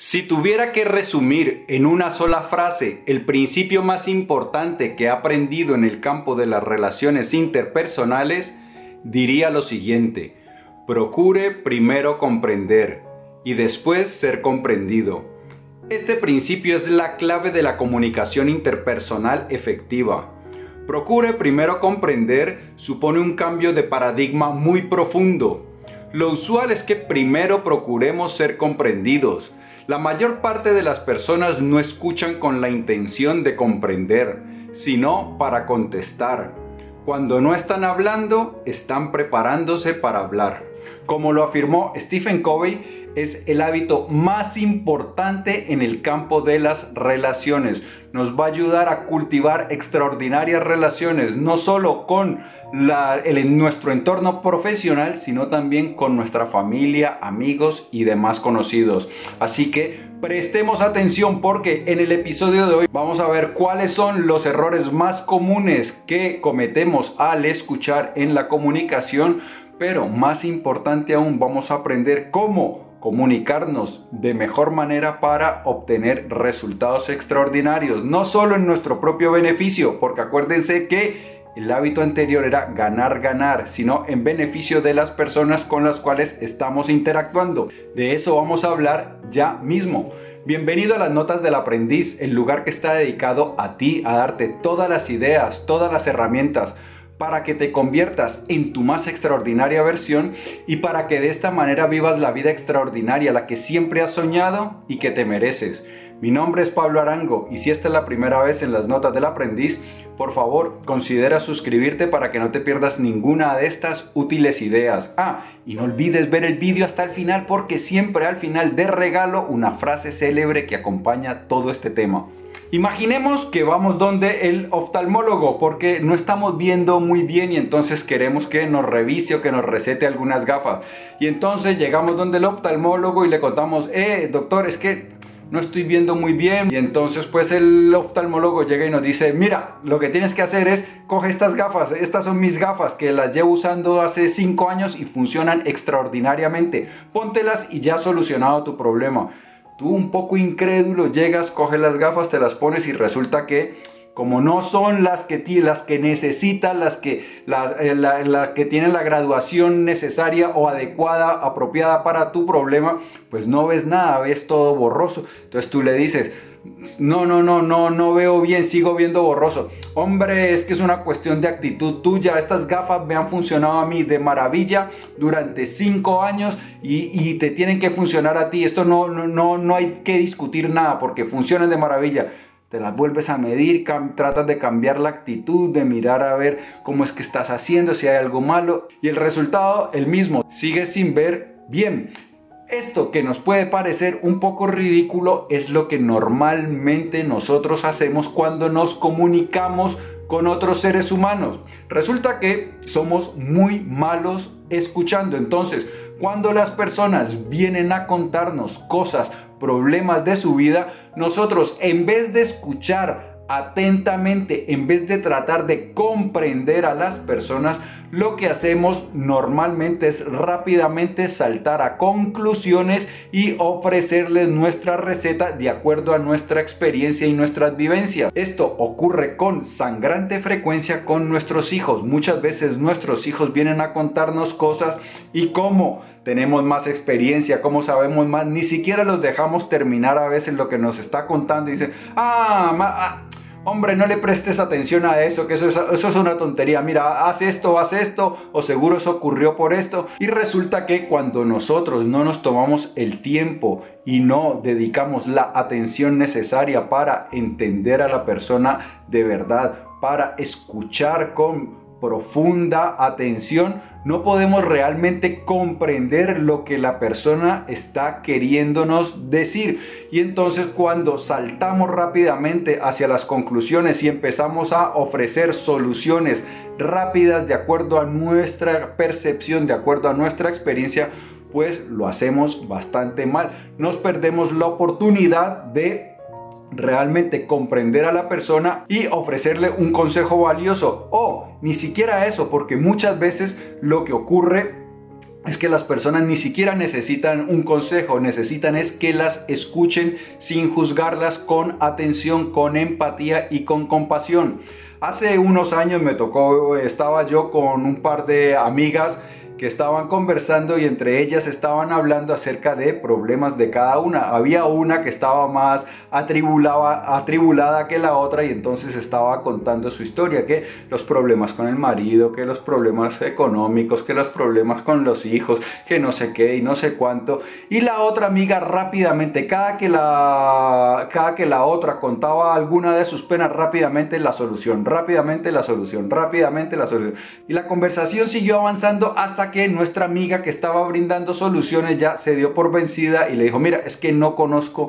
Si tuviera que resumir en una sola frase el principio más importante que he aprendido en el campo de las relaciones interpersonales, diría lo siguiente: procure primero comprender y después ser comprendido. Este principio es la clave de la comunicación interpersonal efectiva. Procure primero comprender supone un cambio de paradigma muy profundo. Lo usual es que primero procuremos ser comprendidos. La mayor parte de las personas no escuchan con la intención de comprender, sino para contestar. Cuando no están hablando, están preparándose para hablar. Como lo afirmó Stephen Covey, es el hábito más importante en el campo de las relaciones. Nos va a ayudar a cultivar extraordinarias relaciones, no solo con nuestro entorno profesional, sino también con nuestra familia, amigos y demás conocidos. Así que prestemos atención porque en el episodio de hoy vamos a ver cuáles son los errores más comunes que cometemos al escuchar en la comunicación, pero más importante aún, vamos a aprender cómo comunicarnos de mejor manera para obtener resultados extraordinarios, no solo en nuestro propio beneficio, porque acuérdense que el hábito anterior era ganar, sino en beneficio de las personas con las cuales estamos interactuando. De eso vamos a hablar ya mismo. Bienvenido a las Notas del Aprendiz, el lugar que está dedicado a ti, a darte todas las ideas, todas las herramientas, para que te conviertas en tu más extraordinaria versión y para que de esta manera vivas la vida extraordinaria, la que siempre has soñado y que te mereces. Mi nombre es Pablo Arango y si esta es la primera vez en las Notas del Aprendiz, por favor considera suscribirte para que no te pierdas ninguna de estas útiles ideas. Y no olvides ver el vídeo hasta el final porque siempre al final de regalo una frase célebre que acompaña todo este tema. Imaginemos que vamos donde el oftalmólogo porque no estamos viendo muy bien y entonces queremos que nos revise o que nos recete algunas gafas. Y entonces llegamos donde el oftalmólogo y le contamos, doctor, es que no estoy viendo muy bien. Y entonces pues el oftalmólogo llega y nos dice, mira, lo que tienes que hacer es coge estas gafas, estas son mis gafas que las llevo usando hace 5 años y funcionan extraordinariamente. Póntelas y ya has solucionado tu problema. Tú, un poco incrédulo, llegas, coges las gafas, te las pones y resulta que como no son las que necesitas, las que tienen la graduación necesaria o adecuada, apropiada para tu problema, pues no ves nada, ves todo borroso. Entonces tú le dices, no veo bien, sigo viendo borroso. Hombre, es que es una cuestión de actitud tuya. Estas gafas me han funcionado a mí de maravilla durante 5 años y te tienen que funcionar a ti. Esto no hay que discutir nada porque funcionan de maravilla. Te las vuelves a medir, tratas de cambiar la actitud, de mirar a ver cómo es que estás haciendo, si hay algo malo. Y el resultado, el mismo, sigues sin ver bien. Esto que nos puede parecer un poco ridículo es lo que normalmente nosotros hacemos cuando nos comunicamos con otros seres humanos. Resulta que somos muy malos escuchando. Entonces, cuando las personas vienen a contarnos cosas, problemas de su vida, nosotros en vez de escuchar atentamente, en vez de tratar de comprender a las personas, lo que hacemos normalmente es rápidamente saltar a conclusiones y ofrecerles nuestra receta de acuerdo a nuestra experiencia y nuestras vivencias. Esto ocurre con sangrante frecuencia con nuestros hijos. Muchas veces nuestros hijos vienen a contarnos cosas y como tenemos más experiencia, como sabemos más, ni siquiera los dejamos terminar a veces lo que nos está contando y dicen, hombre, no le prestes atención a eso, que eso es una tontería. Mira, haz esto, o seguro eso ocurrió por esto. Y resulta que cuando nosotros no nos tomamos el tiempo y no dedicamos la atención necesaria para entender a la persona de verdad, para escuchar con profunda atención, no podemos realmente comprender lo que la persona está queriéndonos decir. Y entonces cuando saltamos rápidamente hacia las conclusiones y empezamos a ofrecer soluciones rápidas de acuerdo a nuestra percepción, de acuerdo a nuestra experiencia, pues lo hacemos bastante mal. Nos perdemos la oportunidad de realmente comprender a la persona y ofrecerle un consejo valioso, o ni siquiera eso, porque muchas veces lo que ocurre es que las personas ni siquiera necesitan un consejo, necesitan es que las escuchen sin juzgarlas, con atención, con empatía y con compasión. Hace unos años estaba yo con un par de amigas que estaban conversando y entre ellas estaban hablando acerca de problemas de cada una. Había una que estaba más atribulada que la otra y entonces estaba contando su historia, que los problemas con el marido, que los problemas económicos, que los problemas con los hijos, que no sé qué y no sé cuánto. Y la otra amiga rápidamente, cada que la otra contaba alguna de sus penas, rápidamente la solución, rápidamente la solución, rápidamente la solución. Y la conversación siguió avanzando hasta que nuestra amiga que estaba brindando soluciones ya se dio por vencida y le dijo: mira, es que no conozco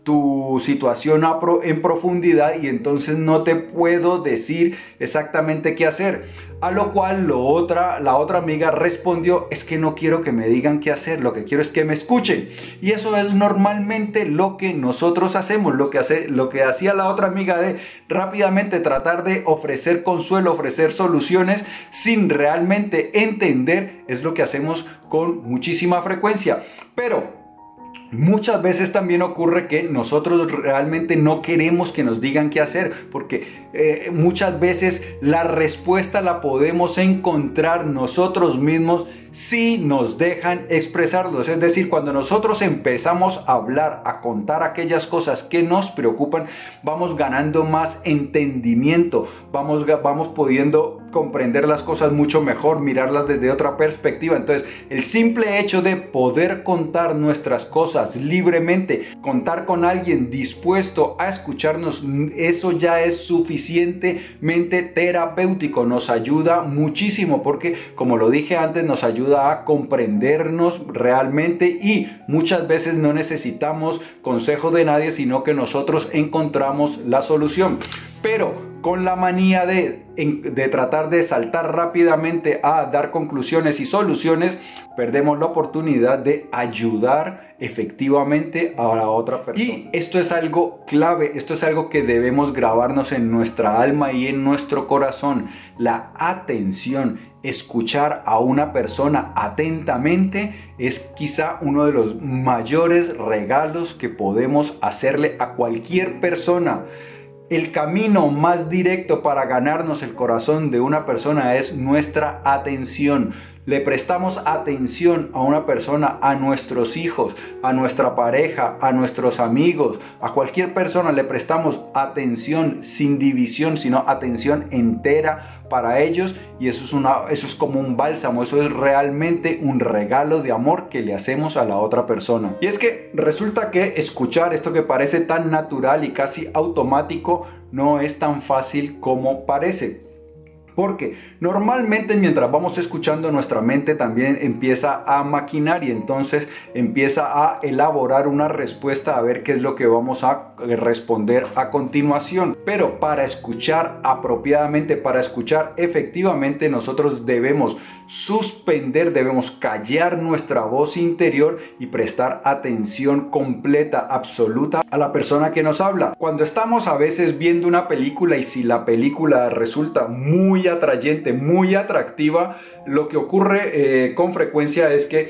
tu situación en profundidad y entonces no te puedo decir exactamente qué hacer. A lo cual la otra amiga respondió: es que no quiero que me digan qué hacer, lo que quiero es que me escuchen. Y eso es normalmente lo que nosotros hacemos, lo que hacía la otra amiga, de rápidamente tratar de ofrecer consuelo, ofrecer soluciones sin realmente entender, es lo que hacemos con muchísima frecuencia. Pero muchas veces también ocurre que nosotros realmente no queremos que nos digan qué hacer, porque muchas veces la respuesta la podemos encontrar nosotros mismos si nos dejan expresarlos. Es decir, cuando nosotros empezamos a hablar, a contar aquellas cosas que nos preocupan, vamos ganando más entendimiento, vamos pudiendo comprender las cosas mucho mejor, mirarlas desde otra perspectiva. Entonces, el simple hecho de poder contar nuestras cosas libremente, contar con alguien dispuesto a escucharnos, eso ya es suficientemente terapéutico, nos ayuda muchísimo, porque como lo dije antes, nos ayuda a comprendernos realmente y muchas veces no necesitamos consejo de nadie, sino que nosotros encontramos la solución. Pero con la manía de tratar de saltar rápidamente a dar conclusiones y soluciones, perdemos la oportunidad de ayudar efectivamente a la otra persona. Y esto es algo clave, esto es algo que debemos grabarnos en nuestra alma y en nuestro corazón. La atención, escuchar a una persona atentamente, es quizá uno de los mayores regalos que podemos hacerle a cualquier persona. El camino más directo para ganarnos el corazón de una persona es nuestra atención. Le prestamos atención a una persona, a nuestros hijos, a nuestra pareja, a nuestros amigos, a cualquier persona le prestamos atención sin división, sino atención entera para ellos, y eso es como un bálsamo, eso es realmente un regalo de amor que le hacemos a la otra persona. Y es que resulta que escuchar, esto que parece tan natural y casi automático, no es tan fácil como parece. Porque normalmente mientras vamos escuchando, nuestra mente también empieza a maquinar y entonces empieza a elaborar una respuesta, a ver qué es lo que vamos a responder a continuación. Pero para escuchar apropiadamente, para escuchar efectivamente, nosotros debemos suspender, debemos callar nuestra voz interior y prestar atención completa, absoluta a la persona que nos habla. Cuando estamos a veces viendo una película y si la película resulta muy atrayente, muy atractiva, lo que ocurre con frecuencia es que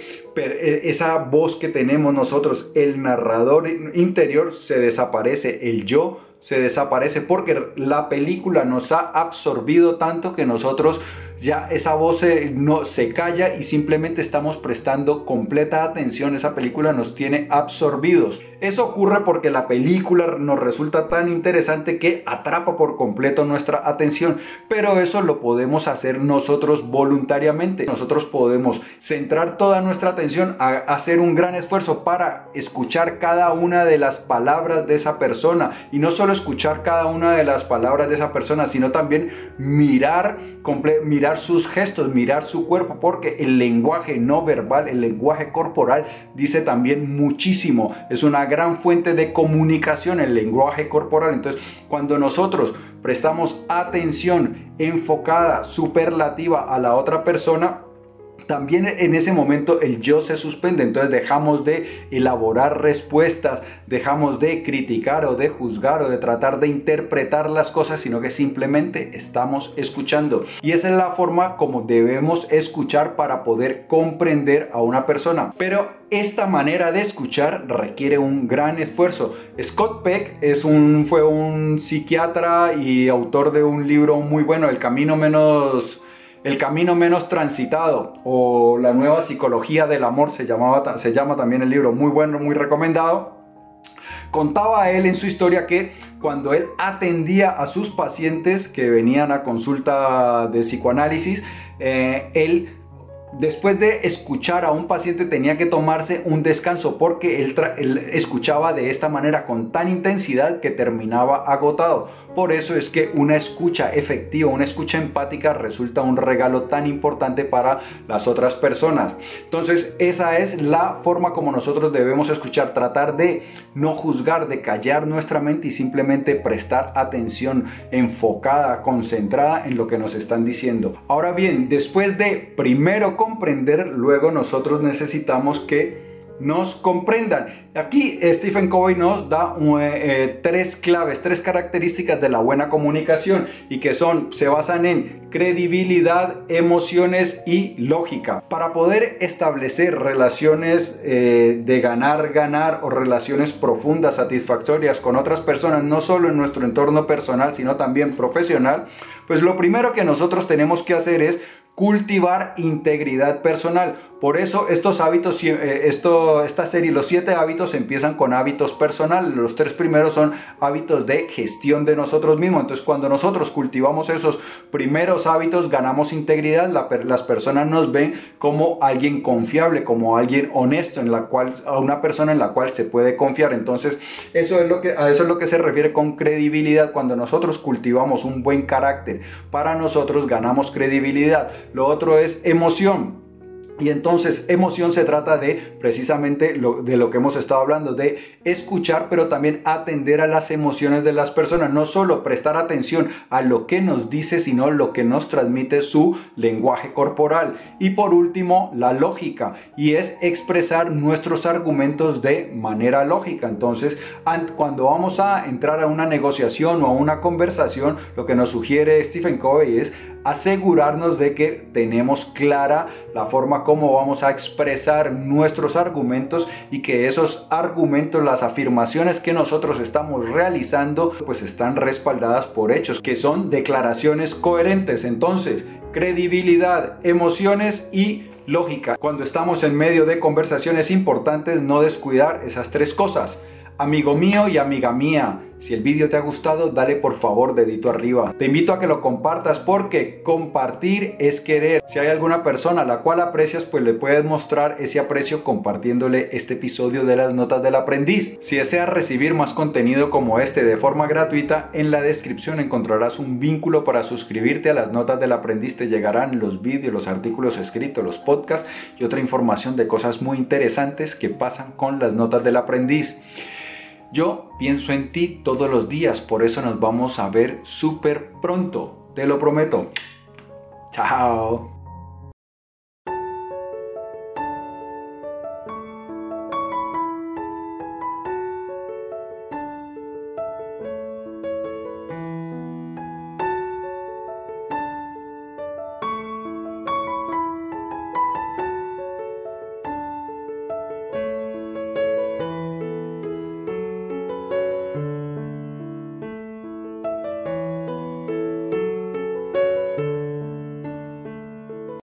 esa voz que tenemos nosotros, el narrador interior, se desaparece, el yo se desaparece, porque la película nos ha absorbido tanto que nosotros ya esa voz se calla y simplemente estamos prestando completa atención. Esa película nos tiene absorbidos. Eso ocurre porque la película nos resulta tan interesante que atrapa por completo nuestra atención, pero eso lo podemos hacer nosotros voluntariamente. Nosotros podemos centrar toda nuestra atención, a hacer un gran esfuerzo para escuchar cada una de las palabras de esa persona, y no solo escuchar cada una de las palabras de esa persona, sino también mirar sus gestos, mirar su cuerpo, porque el lenguaje no verbal, el lenguaje corporal dice también muchísimo. Es una gran fuente de comunicación el lenguaje corporal. Entonces, cuando nosotros prestamos atención enfocada, superlativa a la otra persona, también en ese momento el yo se suspende, entonces dejamos de elaborar respuestas, dejamos de criticar o de juzgar o de tratar de interpretar las cosas, sino que simplemente estamos escuchando. Y esa es la forma como debemos escuchar para poder comprender a una persona. Pero esta manera de escuchar requiere un gran esfuerzo. Scott Peck fue un psiquiatra y autor de un libro muy bueno, El camino menos transitado, o La nueva psicología del amor se llama también el libro, muy bueno, muy recomendado. Contaba él en su historia que cuando él atendía a sus pacientes que venían a consulta de psicoanálisis, él, después de escuchar a un paciente, tenía que tomarse un descanso porque él escuchaba de esta manera con tan intensidad que terminaba agotado. Por eso es que una escucha efectiva, una escucha empática resulta un regalo tan importante para las otras personas. Entonces, esa es la forma como nosotros debemos escuchar, tratar de no juzgar, de callar nuestra mente y simplemente prestar atención enfocada, concentrada en lo que nos están diciendo. Ahora bien, después de primero comprender, luego nosotros necesitamos que nos comprendan. Aquí Stephen Covey nos da tres claves, tres características de la buena comunicación, y que se basan en credibilidad, emociones y lógica. Para poder establecer relaciones de ganar o relaciones profundas, satisfactorias con otras personas, no solo en nuestro entorno personal, sino también profesional, pues lo primero que nosotros tenemos que hacer es cultivar integridad personal. Por eso estos hábitos, esta serie, los 7 hábitos, empiezan con hábitos personales. Los 3 primeros son hábitos de gestión de nosotros mismos. Entonces, cuando nosotros cultivamos esos primeros hábitos, ganamos integridad. Las personas nos ven como alguien confiable, como alguien honesto, a una persona en la cual se puede confiar. Entonces, a eso es lo que se refiere con credibilidad. Cuando nosotros cultivamos un buen carácter, para nosotros ganamos credibilidad. Lo otro es emoción. Y entonces emoción se trata de precisamente de lo que hemos estado hablando, de escuchar, pero también atender a las emociones de las personas. No solo prestar atención a lo que nos dice, sino lo que nos transmite su lenguaje corporal. Y por último, la lógica, y es expresar nuestros argumentos de manera lógica. Entonces, cuando vamos a entrar a una negociación o a una conversación, lo que nos sugiere Stephen Covey es asegurarnos de que tenemos clara la forma como vamos a expresar nuestros argumentos, y que esos argumentos, las afirmaciones que nosotros estamos realizando, pues están respaldadas por hechos, que son declaraciones coherentes. Entonces, credibilidad, emociones y lógica. Cuando estamos en medio de conversaciones importantes, no descuidar esas 3 cosas. Amigo mío y amiga mía, si el vídeo te ha gustado, dale por favor dedito arriba. Te invito a que lo compartas, porque compartir es querer. Si hay alguna persona a la cual aprecias, pues le puedes mostrar ese aprecio compartiéndole este episodio de las Notas del Aprendiz. Si deseas recibir más contenido como este de forma gratuita, en la descripción encontrarás un vínculo para suscribirte a las Notas del Aprendiz. Te llegarán los vídeos, los artículos escritos, los podcasts y otra información de cosas muy interesantes que pasan con las Notas del Aprendiz. Yo pienso en ti todos los días, por eso nos vamos a ver súper pronto, te lo prometo. Chao.